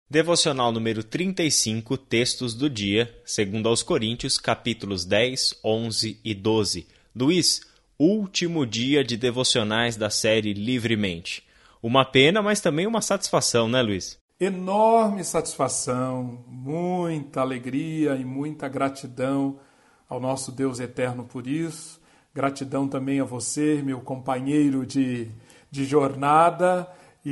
Devocional número 35, textos do dia, segundo aos Coríntios, capítulos 10, 11 e 12. Luiz, último dia de devocionais da série Livremente. Uma pena, mas também uma satisfação, né, Luiz? Enorme satisfação, muita alegria e muita gratidão ao nosso Deus eterno por isso. Gratidão também a você, meu companheiro de jornada,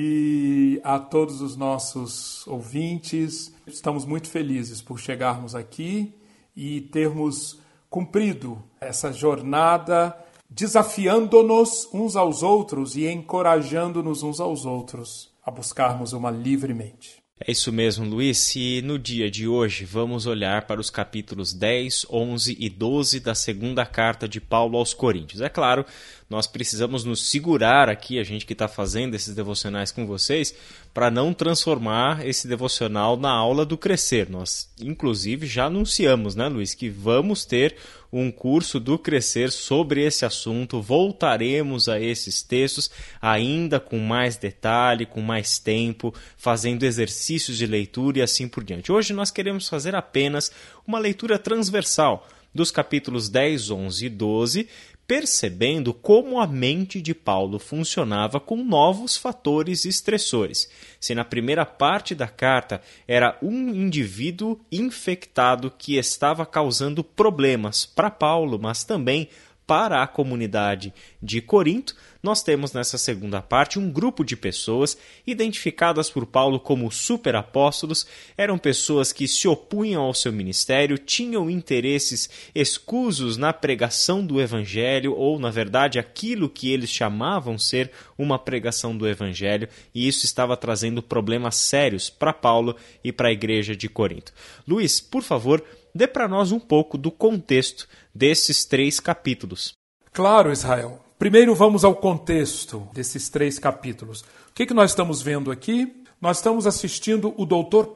e a todos os nossos ouvintes. Estamos muito felizes por chegarmos aqui e termos cumprido essa jornada, desafiando-nos uns aos outros e encorajando-nos uns aos outros a buscarmos uma livremente. É isso mesmo, Luiz. E no dia de hoje vamos olhar para os capítulos 10, 11 e 12 da segunda carta de Paulo aos Coríntios. É claro, nós precisamos nos segurar aqui, a gente que está fazendo esses devocionais com vocês, para não transformar esse devocional na aula do Crescer. Nós, inclusive, já anunciamos, né, Luiz, que vamos ter um curso do Crescer sobre esse assunto. Voltaremos a esses textos ainda com mais detalhe, com mais tempo, fazendo exercícios de leitura e assim por diante. Hoje nós queremos fazer apenas uma leitura transversal dos capítulos 10, 11 e 12, percebendo como a mente de Paulo funcionava com novos fatores estressores. Se na primeira parte da carta era um indivíduo infectado que estava causando problemas para Paulo, mas também para a comunidade de Corinto, nós temos nessa segunda parte um grupo de pessoas identificadas por Paulo como superapóstolos. Eram pessoas que se opunham ao seu ministério, tinham interesses escusos na pregação do evangelho, ou, na verdade, aquilo que eles chamavam ser uma pregação do evangelho, e isso estava trazendo problemas sérios para Paulo e para a igreja de Corinto. Luiz, por favor, dê para nós um pouco do contexto desses 3 capítulos. Claro, Israel. Primeiro vamos ao contexto desses 3 capítulos. O que nós estamos vendo aqui? Nós estamos assistindo o Dr.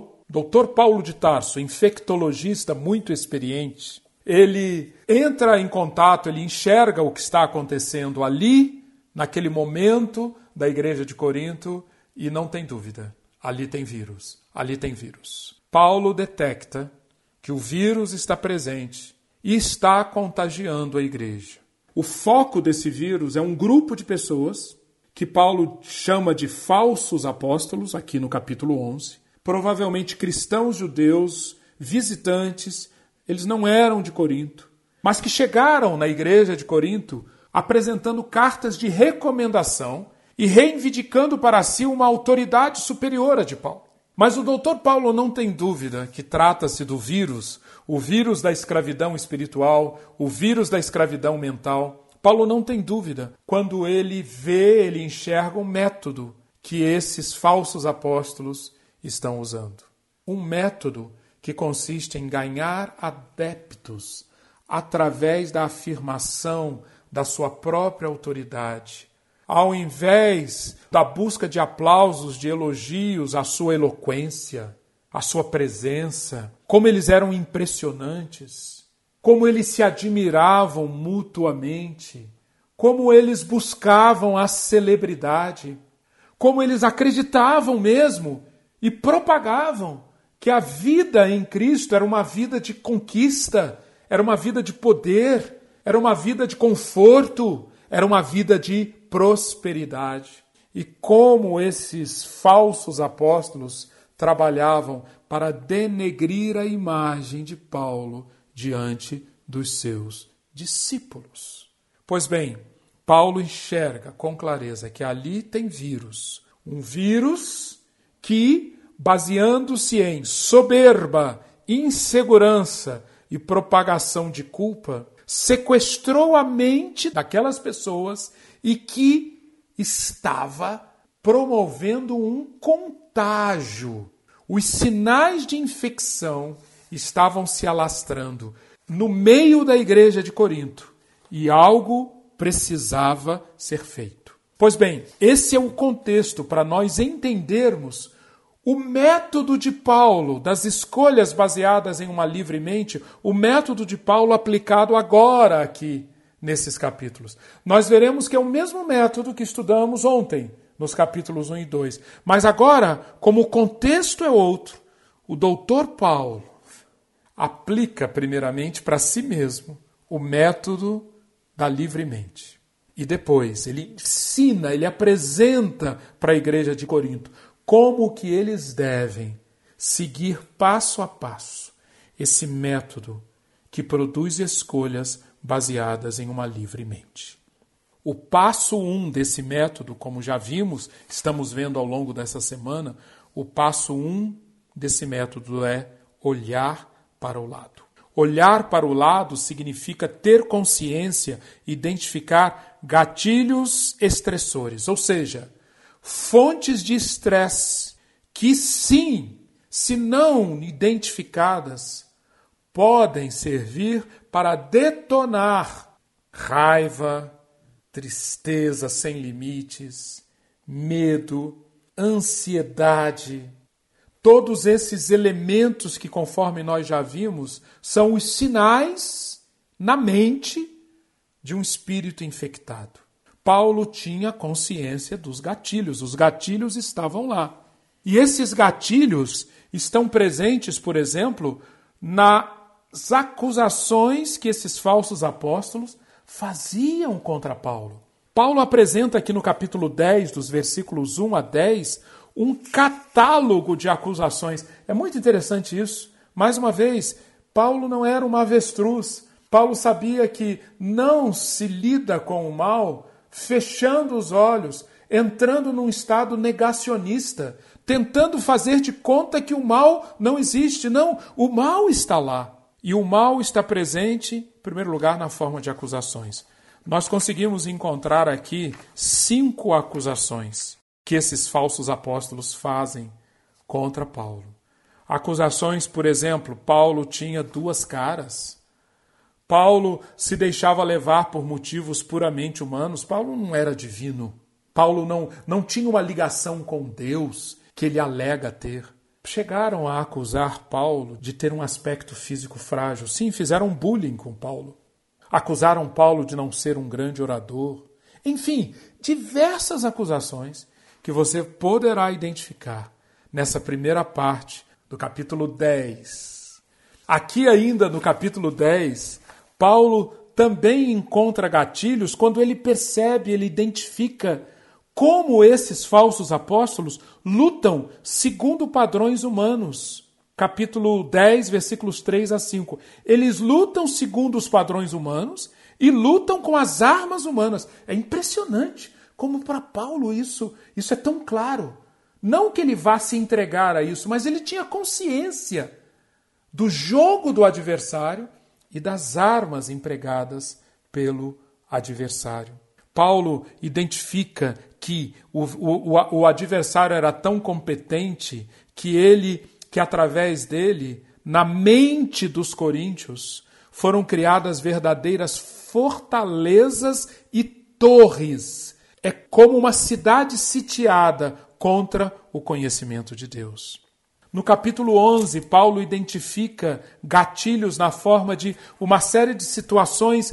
Paulo de Tarso, infectologista muito experiente. Ele entra em contato, ele enxerga o que está acontecendo ali, naquele momento da igreja de Corinto, e não tem dúvida, ali tem vírus. Paulo detecta que o vírus está presente e está contagiando a igreja. O foco desse vírus é um grupo de pessoas que Paulo chama de falsos apóstolos, aqui no capítulo 11, provavelmente cristãos judeus, visitantes, eles não eram de Corinto, mas que chegaram na igreja de Corinto apresentando cartas de recomendação e reivindicando para si uma autoridade superior à de Paulo. Mas o Dr. Paulo não tem dúvida que trata-se do vírus, o vírus da escravidão espiritual, o vírus da escravidão mental. Paulo não tem dúvida quando ele enxerga um método que esses falsos apóstolos estão usando. Um método que consiste em ganhar adeptos através da afirmação da sua própria autoridade. Ao invés da busca de aplausos, de elogios à sua eloquência, à sua presença, como eles eram impressionantes, como eles se admiravam mutuamente, como eles buscavam a celebridade, como eles acreditavam mesmo e propagavam que a vida em Cristo era uma vida de conquista, era uma vida de poder, era uma vida de conforto, era uma vida de prosperidade. E como esses falsos apóstolos trabalhavam para denegrir a imagem de Paulo diante dos seus discípulos. Pois bem, Paulo enxerga com clareza que ali tem vírus. Um vírus que, baseando-se em soberba, insegurança e propagação de culpa, sequestrou a mente daquelas pessoas e que estava promovendo um contágio. Os sinais de infecção estavam se alastrando no meio da igreja de Corinto e algo precisava ser feito. Pois bem, esse é o contexto para nós entendermos o método de Paulo, das escolhas baseadas em uma livre mente, o método de Paulo aplicado agora aqui nesses capítulos. Nós veremos que é o mesmo método que estudamos ontem, nos capítulos 1 e 2. Mas agora, como o contexto é outro, o doutor Paulo aplica primeiramente para si mesmo o método da livre mente. E depois ele ensina, ele apresenta para a igreja de Corinto como que eles devem seguir passo a passo esse método que produz escolhas baseadas em uma livre mente. O passo 1 desse método, como já vimos, estamos vendo ao longo dessa semana, o passo 1 desse método é olhar para o lado. Olhar para o lado significa ter consciência, identificar gatilhos estressores, ou seja, fontes de estresse que sim, se não identificadas, podem servir para detonar raiva, tristeza sem limites, medo, ansiedade. Todos esses elementos que, conforme nós já vimos, são os sinais na mente de um espírito infectado. Paulo tinha consciência dos gatilhos, os gatilhos estavam lá. E esses gatilhos estão presentes, por exemplo, nas acusações que esses falsos apóstolos faziam contra Paulo. Paulo apresenta aqui no capítulo 10, dos versículos 1 a 10, um catálogo de acusações. É muito interessante isso. Mais uma vez, Paulo não era uma avestruz. Paulo sabia que não se lida com o mal fechando os olhos, entrando num estado negacionista, tentando fazer de conta que o mal não existe. Não, o mal está lá. E o mal está presente, em primeiro lugar, na forma de acusações. Nós conseguimos encontrar aqui 5 acusações que esses falsos apóstolos fazem contra Paulo. Acusações, por exemplo, Paulo tinha 2 caras. Paulo se deixava levar por motivos puramente humanos. Paulo não era divino. Paulo não tinha uma ligação com Deus que ele alega ter. Chegaram a acusar Paulo de ter um aspecto físico frágil. Sim, fizeram bullying com Paulo. Acusaram Paulo de não ser um grande orador. Enfim, diversas acusações que você poderá identificar nessa primeira parte do capítulo 10. Aqui ainda no capítulo 10, Paulo também encontra gatilhos quando ele percebe, ele identifica como esses falsos apóstolos lutam segundo padrões humanos. Capítulo 10, versículos 3 a 5. Eles lutam segundo os padrões humanos e lutam com as armas humanas. É impressionante como para Paulo isso é tão claro. Não que ele vá se entregar a isso, mas ele tinha consciência do jogo do adversário e das armas empregadas pelo adversário. Paulo identifica que o adversário era tão competente que através dele, na mente dos coríntios, foram criadas verdadeiras fortalezas e torres. É como uma cidade sitiada contra o conhecimento de Deus. No capítulo 11, Paulo identifica gatilhos na forma de uma série de situações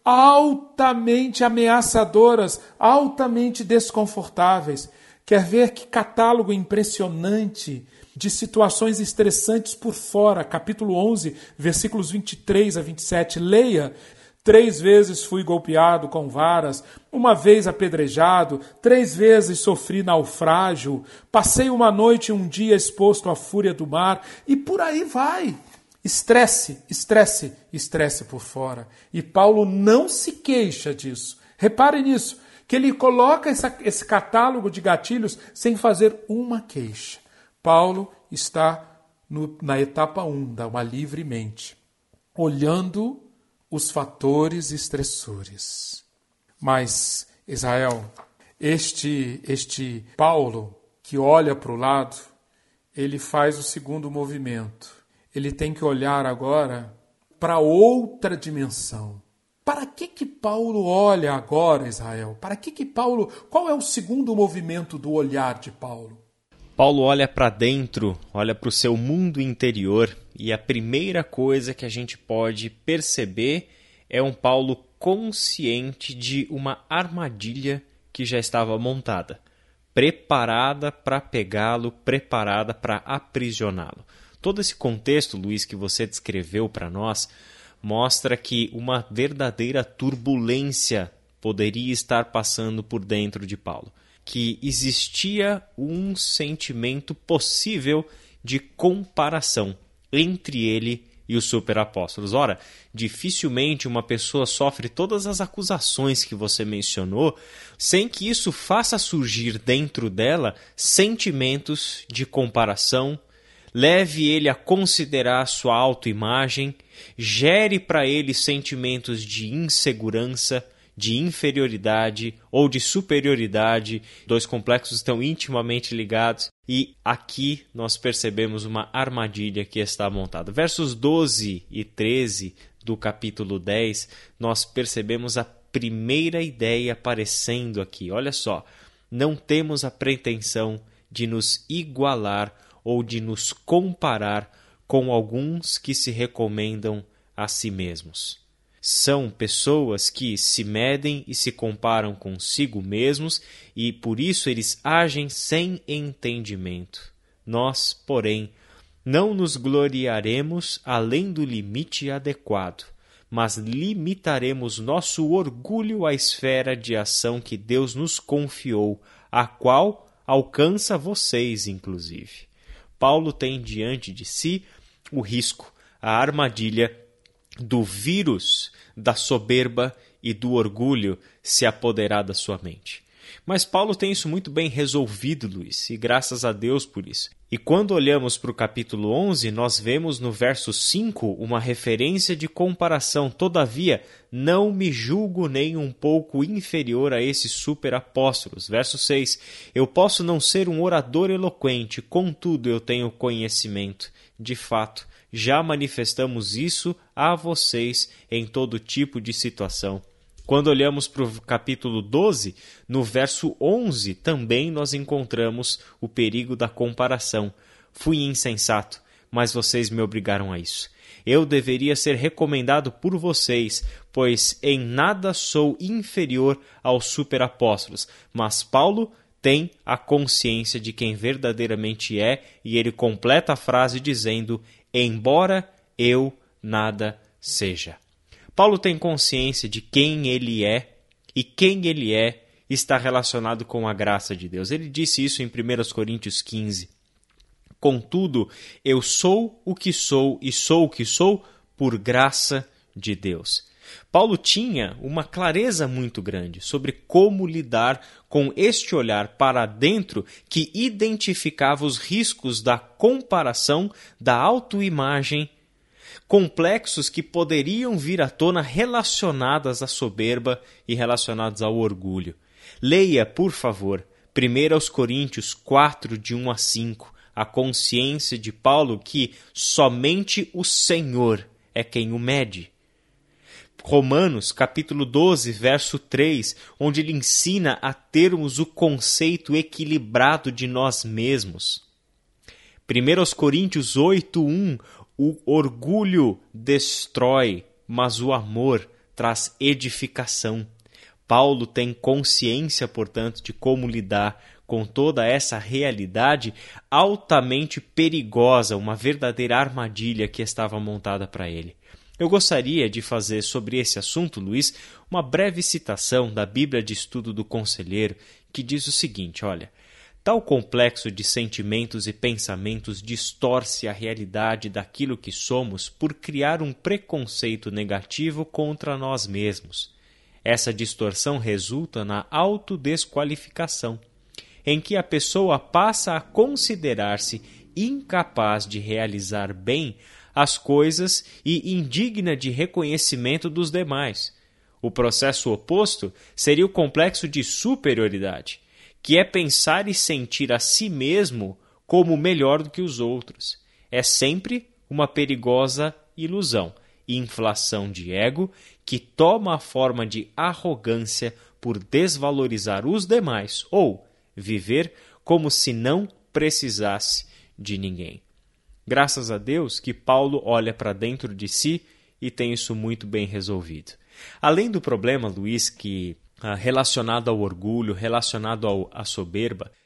altamente ameaçadoras, altamente desconfortáveis. Quer ver que catálogo impressionante de situações estressantes por fora. Capítulo 11, versículos 23 a 27. Leia. 3 vezes fui golpeado com varas, 1 vez apedrejado, 3 vezes sofri naufrágio, passei uma noite e um dia exposto à fúria do mar, e por aí vai. Estresse, estresse, estresse por fora. E Paulo não se queixa disso. Repare nisso, que ele coloca esse catálogo de gatilhos sem fazer uma queixa. Paulo está na etapa 1, da uma livre mente, olhando os fatores estressores. Mas, Israel, este Paulo que olha para o lado, ele faz o segundo movimento. Ele tem que olhar agora para outra dimensão. Para que Paulo olha agora, Israel? Qual é o segundo movimento do olhar de Paulo? Paulo olha para dentro, olha para o seu mundo interior, e a primeira coisa que a gente pode perceber é um Paulo consciente de uma armadilha que já estava montada. preparada para pegá-lo, preparada para aprisioná-lo. Todo esse contexto, Luiz, que você descreveu para nós, mostra que uma verdadeira turbulência poderia estar passando por dentro de Paulo, que existia um sentimento possível de comparação entre ele e os superapóstolos. Ora, dificilmente uma pessoa sofre todas as acusações que você mencionou sem que isso faça surgir dentro dela sentimentos de comparação, leve ele a considerar sua autoimagem, gere para ele sentimentos de insegurança, de inferioridade ou de superioridade. Dois complexos estão intimamente ligados e aqui nós percebemos uma armadilha que está montada. Versos 12 e 13 do capítulo 10, nós percebemos a primeira ideia aparecendo aqui. Olha só, não temos a pretensão de nos igualar ou de nos comparar com alguns que se recomendam a si mesmos. São pessoas que se medem e se comparam consigo mesmos e por isso eles agem sem entendimento. Nós, porém, não nos gloriaremos além do limite adequado, mas limitaremos nosso orgulho à esfera de ação que Deus nos confiou, a qual alcança vocês, inclusive. Paulo tem diante de si o risco, a armadilha do vírus da soberba e do orgulho se apoderar da sua mente. Mas Paulo tem isso muito bem resolvido, Luiz, e graças a Deus por isso. E quando olhamos para o capítulo 11, nós vemos no verso 5 uma referência de comparação. Todavia, não me julgo nem um pouco inferior a esses superapóstolos. Verso 6, eu posso não ser um orador eloquente, contudo eu tenho conhecimento. De fato, já manifestamos isso a vocês em todo tipo de situação. Quando olhamos para o capítulo 12, no verso 11, também nós encontramos o perigo da comparação. Fui insensato, mas vocês me obrigaram a isso. Eu deveria ser recomendado por vocês, pois em nada sou inferior aos superapóstolos. Mas Paulo tem a consciência de quem verdadeiramente é, e ele completa a frase dizendo, embora eu nada seja. Paulo tem consciência de quem ele é, e quem ele é está relacionado com a graça de Deus. Ele disse isso em 1 Coríntios 15. Contudo, eu sou o que sou e sou o que sou por graça de Deus. Paulo tinha uma clareza muito grande sobre como lidar com este olhar para dentro que identificava os riscos da comparação, da autoimagem, complexos que poderiam vir à tona relacionados à soberba e relacionados ao orgulho. Leia, por favor, 1 Coríntios 4, de 1 a 5, a consciência de Paulo que somente o Senhor é quem o mede. Romanos, capítulo 12, verso 3, onde ele ensina a termos o conceito equilibrado de nós mesmos. 1 Coríntios 8, 1, o orgulho destrói, mas o amor traz edificação. Paulo tem consciência, portanto, de como lidar com toda essa realidade altamente perigosa, uma verdadeira armadilha que estava montada para ele. Eu gostaria de fazer sobre esse assunto, Luiz, uma breve citação da Bíblia de Estudo do Conselheiro, que diz o seguinte, olha, tal complexo de sentimentos e pensamentos distorce a realidade daquilo que somos por criar um preconceito negativo contra nós mesmos. Essa distorção resulta na autodesqualificação, em que a pessoa passa a considerar-se incapaz de realizar bem as coisas e indigna de reconhecimento dos demais. O processo oposto seria o complexo de superioridade, que é pensar e sentir a si mesmo como melhor do que os outros. É sempre uma perigosa ilusão, inflação de ego, que toma a forma de arrogância por desvalorizar os demais ou viver como se não precisasse de ninguém. Graças a Deus que Paulo olha para dentro de si e tem isso muito bem resolvido. Além do problema, Luiz, que relacionado ao orgulho, relacionado à soberba,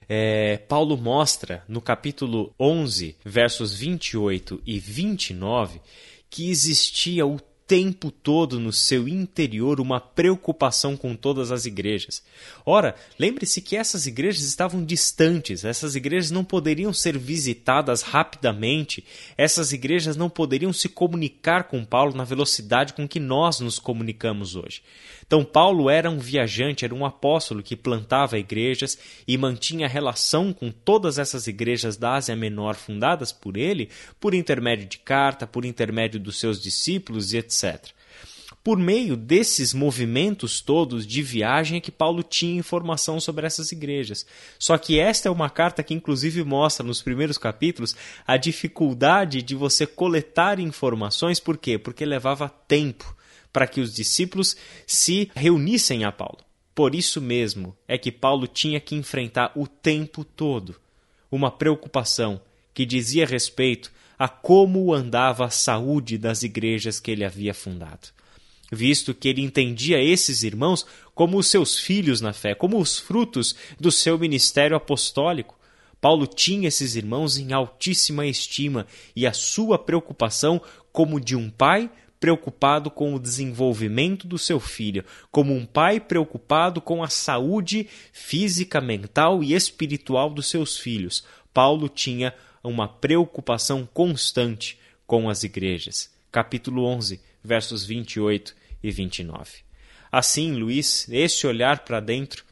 Paulo mostra no capítulo 11, versos 28 e 29, que existia o tempo todo no seu interior uma preocupação com todas as igrejas. Ora, lembre-se que essas igrejas estavam distantes, essas igrejas não poderiam ser visitadas rapidamente, essas igrejas não poderiam se comunicar com Paulo na velocidade com que nós nos comunicamos hoje. Então Paulo era um viajante, era um apóstolo que plantava igrejas e mantinha relação com todas essas igrejas da Ásia Menor fundadas por ele, por intermédio de carta, por intermédio dos seus discípulos e etc. Por meio desses movimentos todos de viagem é que Paulo tinha informação sobre essas igrejas. Só que esta é uma carta que inclusive mostra nos primeiros capítulos a dificuldade de você coletar informações. Por quê? Porque levava tempo para que os discípulos se reunissem a Paulo. Por isso mesmo é que Paulo tinha que enfrentar o tempo todo uma preocupação que dizia respeito a como andava a saúde das igrejas que ele havia fundado, visto que ele entendia esses irmãos como os seus filhos na fé, como os frutos do seu ministério apostólico. Paulo tinha esses irmãos em altíssima estima e a sua preocupação como de um pai preocupado com o desenvolvimento do seu filho, como um pai preocupado com a saúde física, mental e espiritual dos seus filhos. Paulo tinha uma preocupação constante com as igrejas. Capítulo 11, versos 28 e 29. Assim, Luiz, esse olhar para dentro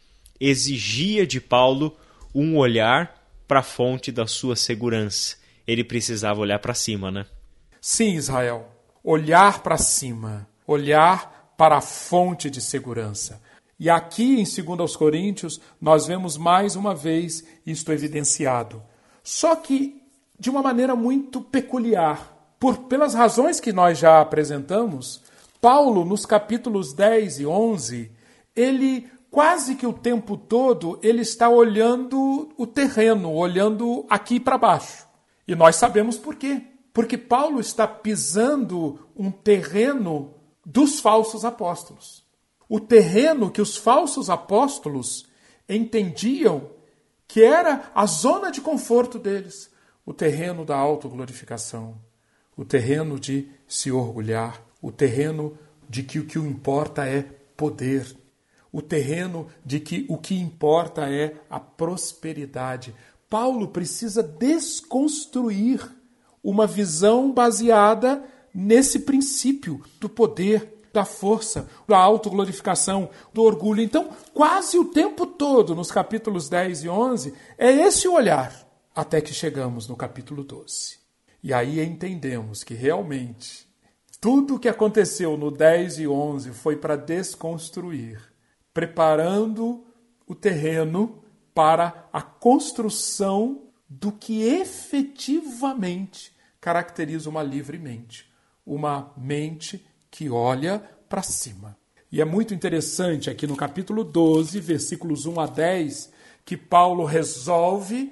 exigia de Paulo um olhar para a fonte da sua segurança. Ele precisava olhar para cima, né? Sim, Israel. Olhar para cima, olhar para a fonte de segurança. E aqui em 2 Coríntios nós vemos mais uma vez isto evidenciado. Só que de uma maneira muito peculiar. Pelas razões que nós já apresentamos, Paulo, nos capítulos 10 e 11, ele quase que o tempo todo ele está olhando o terreno, olhando aqui para baixo. E nós sabemos por quê. Porque Paulo está pisando um terreno dos falsos apóstolos. O terreno que os falsos apóstolos entendiam que era a zona de conforto deles. O terreno da autoglorificação. O terreno de se orgulhar. O terreno de que o que importa é poder. O terreno de que o que importa é a prosperidade. Paulo precisa desconstruir uma visão baseada nesse princípio do poder, da força, da autoglorificação, do orgulho. Então, quase o tempo todo, nos capítulos 10 e 11, é esse o olhar, até que chegamos no capítulo 12. E aí entendemos que realmente tudo o que aconteceu no 10 e 11 foi para desconstruir, preparando o terreno para a construção do que efetivamente caracteriza uma livre mente. Uma mente que olha para cima. E é muito interessante aqui no capítulo 12, versículos 1 a 10, que Paulo resolve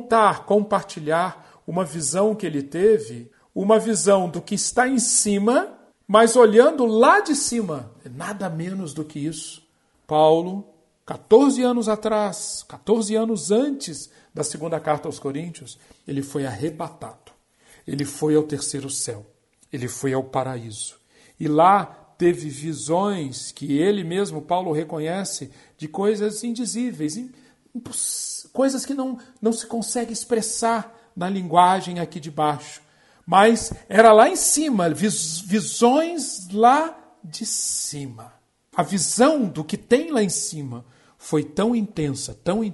compartilhar uma visão que ele teve, uma visão do que está em cima, mas olhando lá de cima. É nada menos do que isso. Paulo, 14 anos atrás, 14 anos antes da segunda carta aos Coríntios, ele foi arrebatado. Ele foi ao terceiro céu. Ele foi ao paraíso. E lá teve visões que ele mesmo, Paulo, reconhece de coisas indizíveis, coisas que não se consegue expressar na linguagem aqui de baixo. Mas era lá em cima, visões lá de cima. A visão do que tem lá em cima foi tão intensa,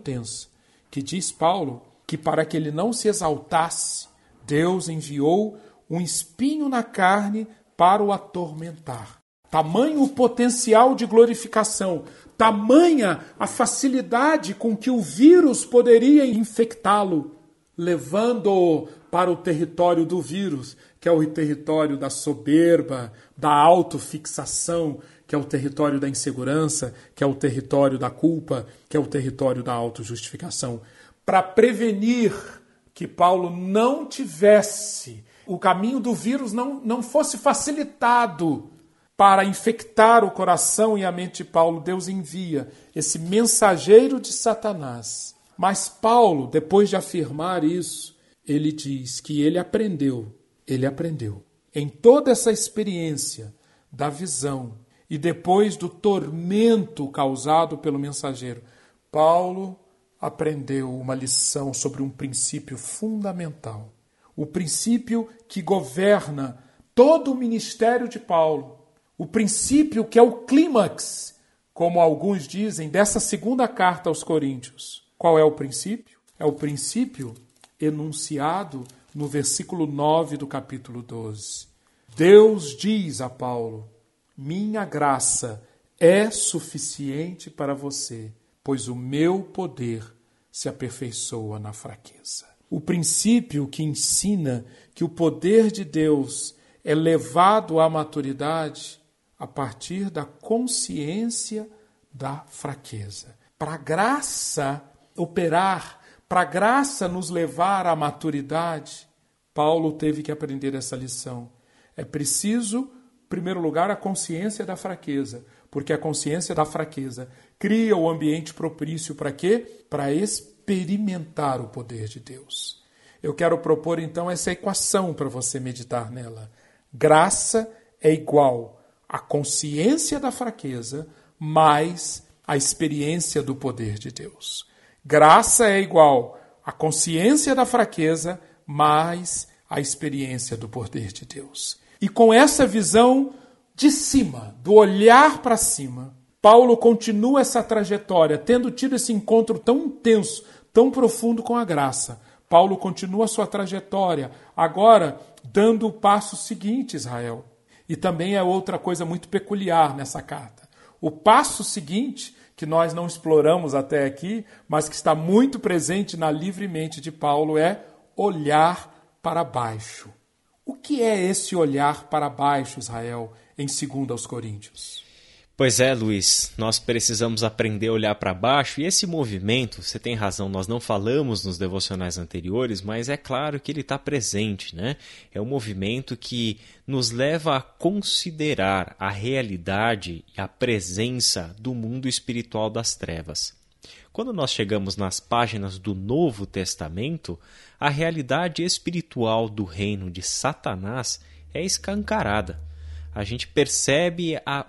que diz Paulo que para que ele não se exaltasse, Deus enviou um espinho na carne para o atormentar. Tamanho o potencial de glorificação, tamanha a facilidade com que o vírus poderia infectá-lo, levando-o para o território do vírus, que é o território da soberba, da autofixação, que é o território da insegurança, que é o território da culpa, que é o território da autojustificação. Para prevenir que Paulo não tivesse, o caminho do vírus não fosse facilitado para infectar o coração e a mente de Paulo, Deus envia esse mensageiro de Satanás Mas Paulo, depois de afirmar isso, ele diz que ele aprendeu em toda essa experiência da visão e depois do tormento causado pelo mensageiro, Paulo aprendeu uma lição sobre um princípio fundamental. O princípio que governa todo o ministério de Paulo. O princípio que é o clímax, como alguns dizem, dessa segunda carta aos Coríntios. Qual é o princípio? É o princípio enunciado no versículo 9 do capítulo 12. Deus diz a Paulo: minha graça é suficiente para você, pois o meu poder se aperfeiçoa na fraqueza. O princípio que ensina que o poder de Deus é levado à maturidade a partir da consciência da fraqueza. Para a graça operar, para a graça nos levar à maturidade, Paulo teve que aprender essa lição. É preciso, em primeiro lugar, a consciência da fraqueza, porque a consciência da fraqueza cria o ambiente propício para quê? Para experimentar o poder de Deus. Eu quero propor então essa equação para você meditar nela. Graça é igual à consciência da fraqueza mais a experiência do poder de Deus. Graça é igual à consciência da fraqueza mais a experiência do poder de Deus. E com essa visão de cima, do olhar para cima, Paulo continua essa trajetória, tendo tido esse encontro tão intenso, tão profundo com a graça. Paulo continua a sua trajetória, agora dando o passo seguinte, Israel. E também é outra coisa muito peculiar nessa carta. O passo seguinte, que nós não exploramos até aqui, mas que está muito presente na livre mente de Paulo, é olhar para baixo. O que é esse olhar para baixo, Israel, em 2 aos Coríntios? Pois é, Luiz, nós precisamos aprender a olhar para baixo e esse movimento, você tem razão, nós não falamos nos devocionais anteriores, mas é claro que ele está presente, né? É um movimento que nos leva a considerar a realidade e a presença do mundo espiritual das trevas. Quando nós chegamos nas páginas do Novo Testamento, a realidade espiritual do reino de Satanás é escancarada. A gente percebe a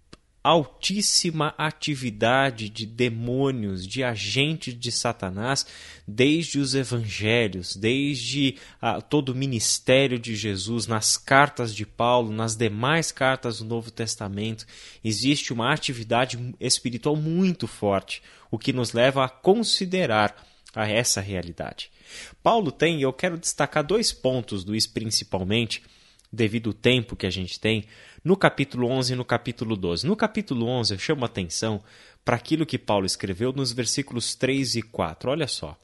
altíssima atividade de demônios, de agentes de Satanás, desde os evangelhos, desde todo o ministério de Jesus, nas cartas de Paulo, nas demais cartas do Novo Testamento. Existe uma atividade espiritual muito forte, o que nos leva a considerar essa realidade. Paulo tem, e eu quero destacar 2 pontos, Luiz, principalmente, devido ao tempo que a gente tem, no capítulo 11 e no capítulo 12. No capítulo 11, eu chamo a atenção para aquilo que Paulo escreveu nos versículos 3 e 4. Olha só.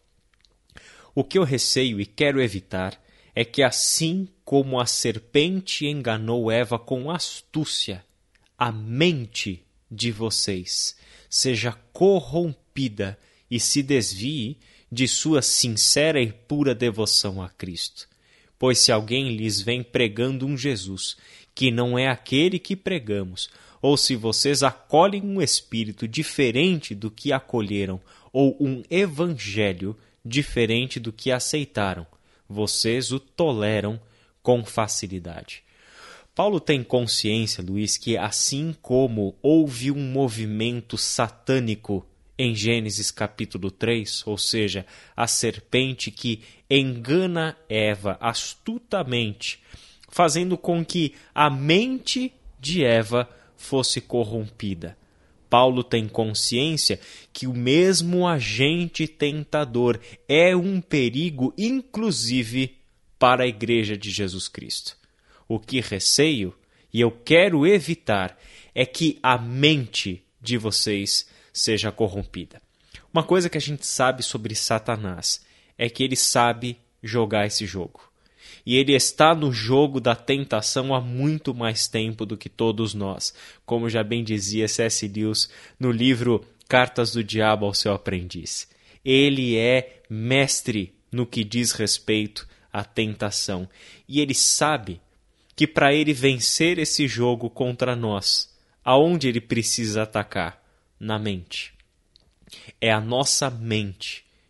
O que eu receio e quero evitar é que, assim como a serpente enganou Eva com astúcia, a mente de vocês seja corrompida e se desvie de sua sincera e pura devoção a Cristo. Pois se alguém lhes vem pregando um Jesus que não é aquele que pregamos, ou se vocês acolhem um espírito diferente do que acolheram, ou um evangelho diferente do que aceitaram, vocês o toleram com facilidade. Paulo tem consciência, Luiz, que assim como houve um movimento satânico em Gênesis capítulo 3, ou seja, a serpente que engana Eva astutamente, fazendo com que a mente de Eva fosse corrompida. Paulo tem consciência que o mesmo agente tentador é um perigo, inclusive, para a Igreja de Jesus Cristo. O que receio, e eu quero evitar, é que a mente de vocês seja corrompida. Uma coisa que a gente sabe sobre Satanás é que ele sabe jogar esse jogo. E ele está no jogo da tentação há muito mais tempo do que todos nós, como já bem dizia C.S. Lewis no livro Cartas do Diabo ao Seu Aprendiz. Ele é mestre no que diz respeito à tentação. E ele sabe que para ele vencer esse jogo contra nós, aonde ele precisa atacar? Na mente. É a nossa mente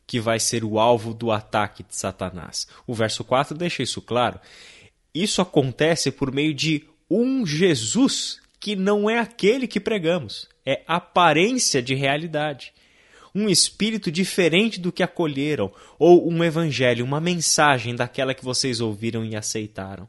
que vai ser o alvo do ataque de Satanás. O verso 4 deixa isso claro. Isso acontece por meio de um Jesus que não é aquele que pregamos. É aparência de realidade. Um espírito diferente do que acolheram, ou um evangelho, uma mensagem daquela que vocês ouviram e aceitaram.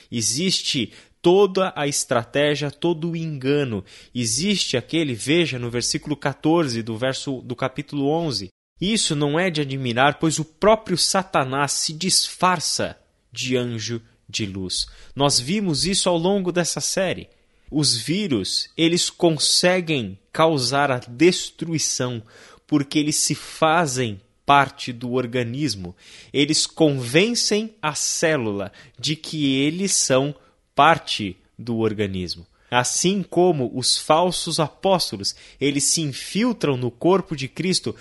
Existe toda a estratégia, todo o engano. Existe aquele, veja no versículo 14 do capítulo 11. Isso não é de admirar, pois o próprio Satanás se disfarça de anjo de luz. Nós vimos isso ao longo dessa série. Os vírus, eles conseguem causar a destruição porque eles se fazem parte do organismo. Eles convencem a célula de que eles são parte do organismo. Assim como os falsos apóstolos, eles se infiltram no corpo de Cristo,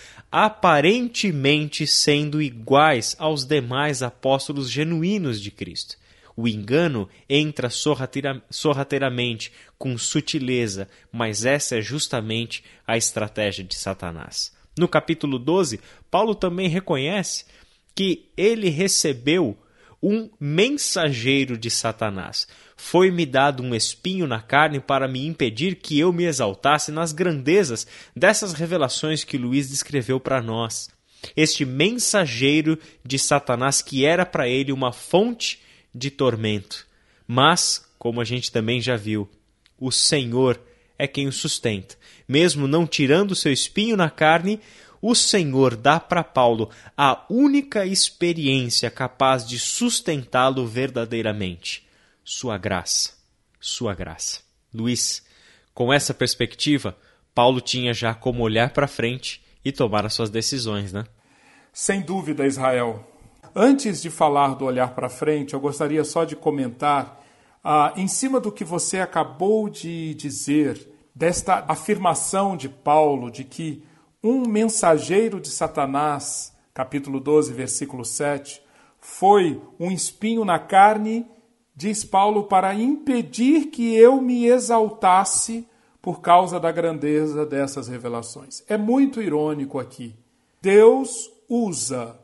aparentemente sendo iguais aos demais apóstolos genuínos de Cristo. O engano entra sorrateiramente, com sutileza, mas essa é justamente a estratégia de Satanás. No capítulo 12, Paulo também reconhece que ele recebeu um mensageiro de Satanás. Foi-me dado um espinho na carne para me impedir que eu me exaltasse nas grandezas dessas revelações que Luís descreveu para nós. Este mensageiro de Satanás que era para ele uma fonte de tormento. Mas, como a gente também já viu, o Senhor é quem o sustenta. Mesmo não tirando o seu espinho na carne, o Senhor dá para Paulo a única experiência capaz de sustentá-lo verdadeiramente. Sua graça. Sua graça. Luís, com essa perspectiva, Paulo tinha já como olhar para frente e tomar as suas decisões, né? Sem dúvida, Israel. Antes de falar do olhar para frente, eu gostaria só de comentar, em cima do que você acabou de dizer, desta afirmação de Paulo de que um mensageiro de Satanás, capítulo 12, versículo 7, foi um espinho na carne, diz Paulo, para impedir que eu me exaltasse por causa da grandeza dessas revelações. É muito irônico aqui. Deus usa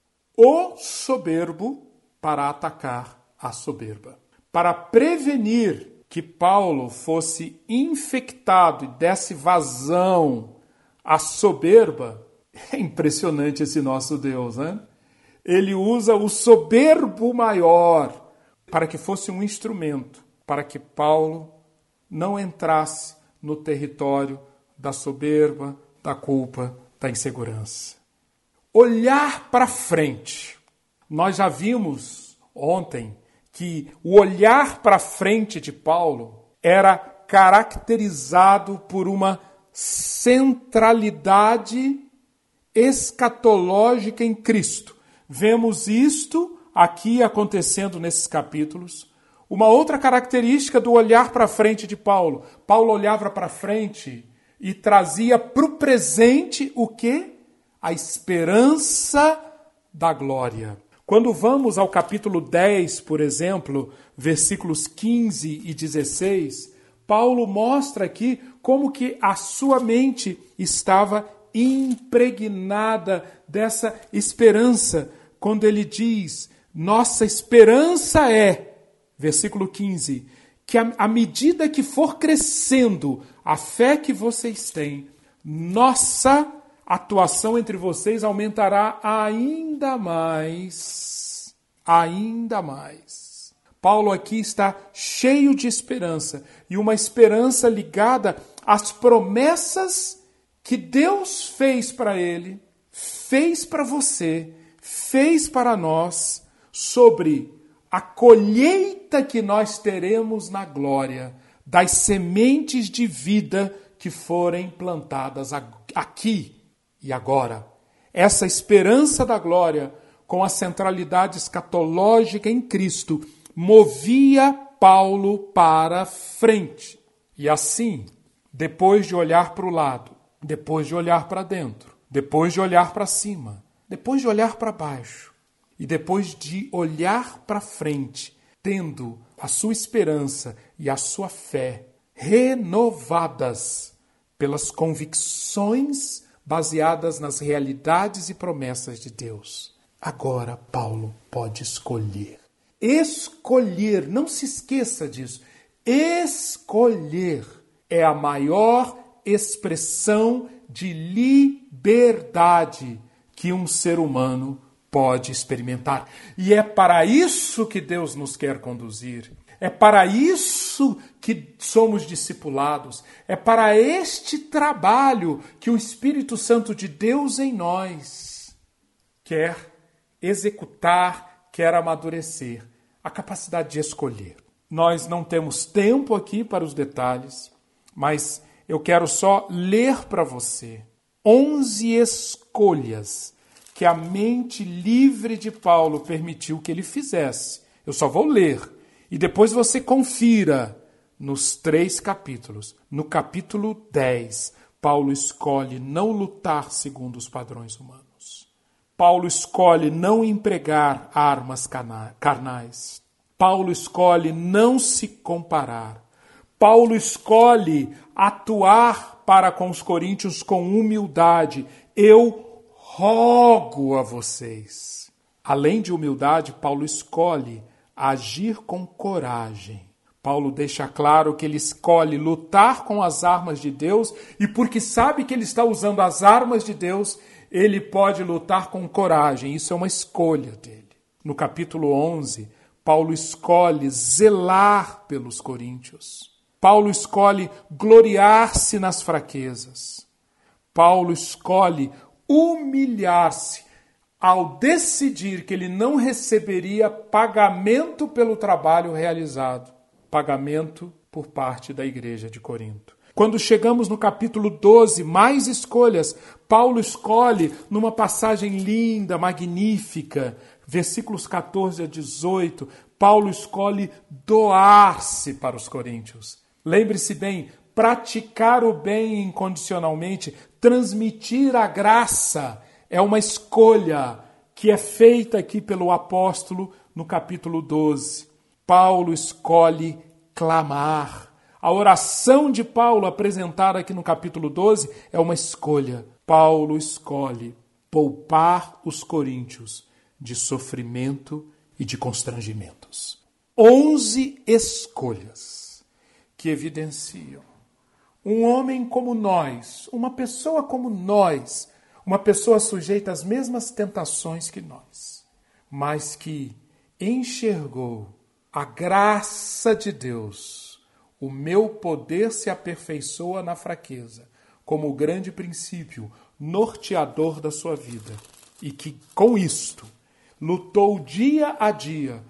o soberbo para atacar a soberba. Para prevenir que Paulo fosse infectado e desse vazão à soberba, é impressionante esse nosso Deus, né? Ele usa o soberbo maior para que fosse um instrumento, para que Paulo não entrasse no território da soberba, da culpa, da insegurança. Olhar para frente. Nós já vimos ontem que o olhar para frente de Paulo era caracterizado por uma centralidade escatológica em Cristo. Vemos isto aqui acontecendo nesses capítulos. Uma outra característica do olhar para frente de Paulo. Paulo olhava para frente e trazia para o presente o quê? A esperança da glória. Quando vamos ao capítulo 10, por exemplo, versículos 15 e 16, Paulo mostra aqui como que a sua mente estava impregnada dessa esperança, quando ele diz, nossa esperança é, versículo 15, que à medida que for crescendo a fé que vocês têm, nossa atuação entre vocês aumentará ainda mais. Ainda mais. Paulo aqui está cheio de esperança, e uma esperança ligada às promessas que Deus fez para ele, fez para você, fez para nós, sobre a colheita que nós teremos na glória, das sementes de vida que forem plantadas aqui e agora. Essa esperança da glória, com a centralidade escatológica em Cristo, movia Paulo para frente. E assim, depois de olhar para o lado, depois de olhar para dentro, depois de olhar para cima, depois de olhar para baixo, e depois de olhar para frente, tendo a sua esperança e a sua fé renovadas pelas convicções baseadas nas realidades e promessas de Deus. Agora Paulo pode escolher. Escolher, não se esqueça disso. Escolher é a maior expressão de liberdade que um ser humano pode experimentar. E é para isso que Deus nos quer conduzir. É para isso que somos discipulados. É para este trabalho que o Espírito Santo de Deus em nós quer executar, quer amadurecer. A capacidade de escolher. Nós não temos tempo aqui para os detalhes, mas eu quero só ler para você 11 escolhas que a mente livre de Paulo permitiu que ele fizesse. Eu só vou ler. E depois você confira nos 3 capítulos. No capítulo 10, Paulo escolhe não lutar segundo os padrões humanos. Paulo escolhe não empregar armas carnais. Paulo escolhe não se comparar. Paulo escolhe atuar para com os coríntios com humildade. Eu rogo a vocês. Além de humildade, Paulo escolhe agir com coragem. Paulo deixa claro que ele escolhe lutar com as armas de Deus e porque sabe que ele está usando as armas de Deus, ele pode lutar com coragem. Isso é uma escolha dele. No capítulo 11, Paulo escolhe zelar pelos coríntios. Paulo escolhe gloriar-se nas fraquezas. Paulo escolhe humilhar-se ao decidir que ele não receberia pagamento pelo trabalho realizado, pagamento por parte da igreja de Corinto. Quando chegamos no capítulo 12, mais escolhas, Paulo escolhe numa passagem linda, magnífica, versículos 14 a 18, Paulo escolhe doar-se para os coríntios. Lembre-se bem, praticar o bem incondicionalmente, transmitir a graça, é uma escolha que é feita aqui pelo apóstolo no capítulo 12. Paulo escolhe clamar. A oração de Paulo apresentada aqui no capítulo 12 é uma escolha. Paulo escolhe poupar os coríntios de sofrimento e de constrangimentos. 11 escolhas que evidenciam um homem como nós, uma pessoa como nós, uma pessoa sujeita às mesmas tentações que nós, mas que enxergou a graça de Deus, o meu poder se aperfeiçoa na fraqueza, como o grande princípio norteador da sua vida, e que, com isto, lutou dia a dia,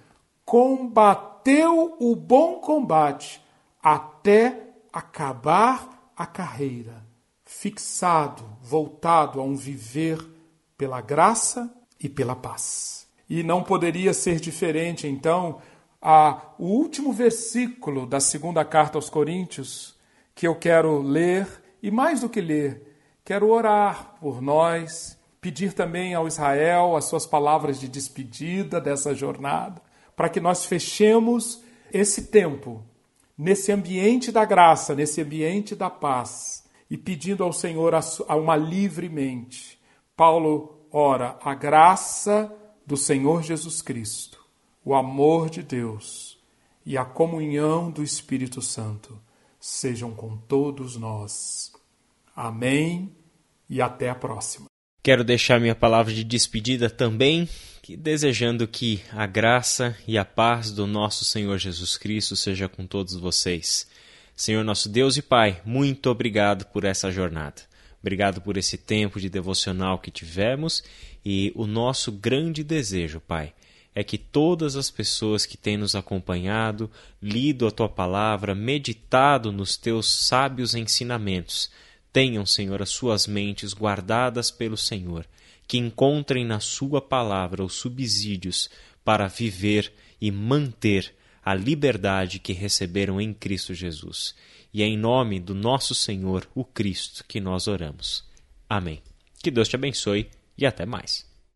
combateu o bom combate, até acabar a carreira, fixado, voltado a um viver pela graça e pela paz. E não poderia ser diferente, então, o último versículo da segunda carta aos Coríntios, que eu quero ler, e mais do que ler, quero orar por nós, pedir também ao Israel as suas palavras de despedida dessa jornada, para que nós fechemos esse tempo, nesse ambiente da graça, nesse ambiente da paz, e pedindo ao Senhor a uma livre mente. Paulo ora, a graça do Senhor Jesus Cristo, o amor de Deus e a comunhão do Espírito Santo sejam com todos nós. Amém e até a próxima. Quero deixar minha palavra de despedida também, desejando que a graça e a paz do nosso Senhor Jesus Cristo seja com todos vocês. Senhor nosso Deus e Pai, muito obrigado por essa jornada. Obrigado por esse tempo de devocional que tivemos e o nosso grande desejo, Pai, é que todas as pessoas que têm nos acompanhado, lido a Tua palavra, meditado nos Teus sábios ensinamentos, tenham, Senhor, as suas mentes guardadas pelo Senhor, que encontrem na Sua palavra os subsídios para viver e manter a liberdade que receberam em Cristo Jesus. E é em nome do nosso Senhor, o Cristo, que nós oramos. Amém. Que Deus te abençoe e até mais.